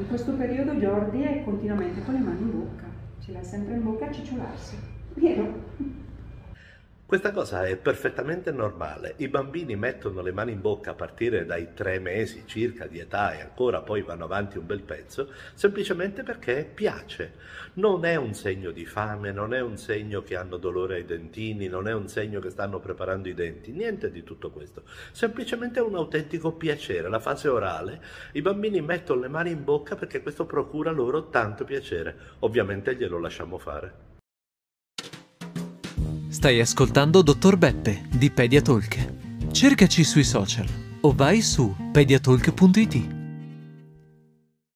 In questo periodo Jordi è continuamente con le mani in bocca, ce l'ha sempre in bocca a cicciolarsi, vero? Questa cosa è perfettamente normale. I bambini mettono le mani in bocca a partire dai 3 mesi circa di età e ancora poi vanno avanti un bel pezzo, semplicemente perché piace. Non è un segno di fame, non è un segno che hanno dolore ai dentini, non è un segno che stanno preparando i denti, niente di tutto questo. Semplicemente un autentico piacere. La fase orale, i bambini mettono le mani in bocca perché questo procura loro tanto piacere. Ovviamente glielo lasciamo fare. Stai ascoltando Dottor Beppe di Pediatalk. Cercaci sui social o vai su pediatalk.it.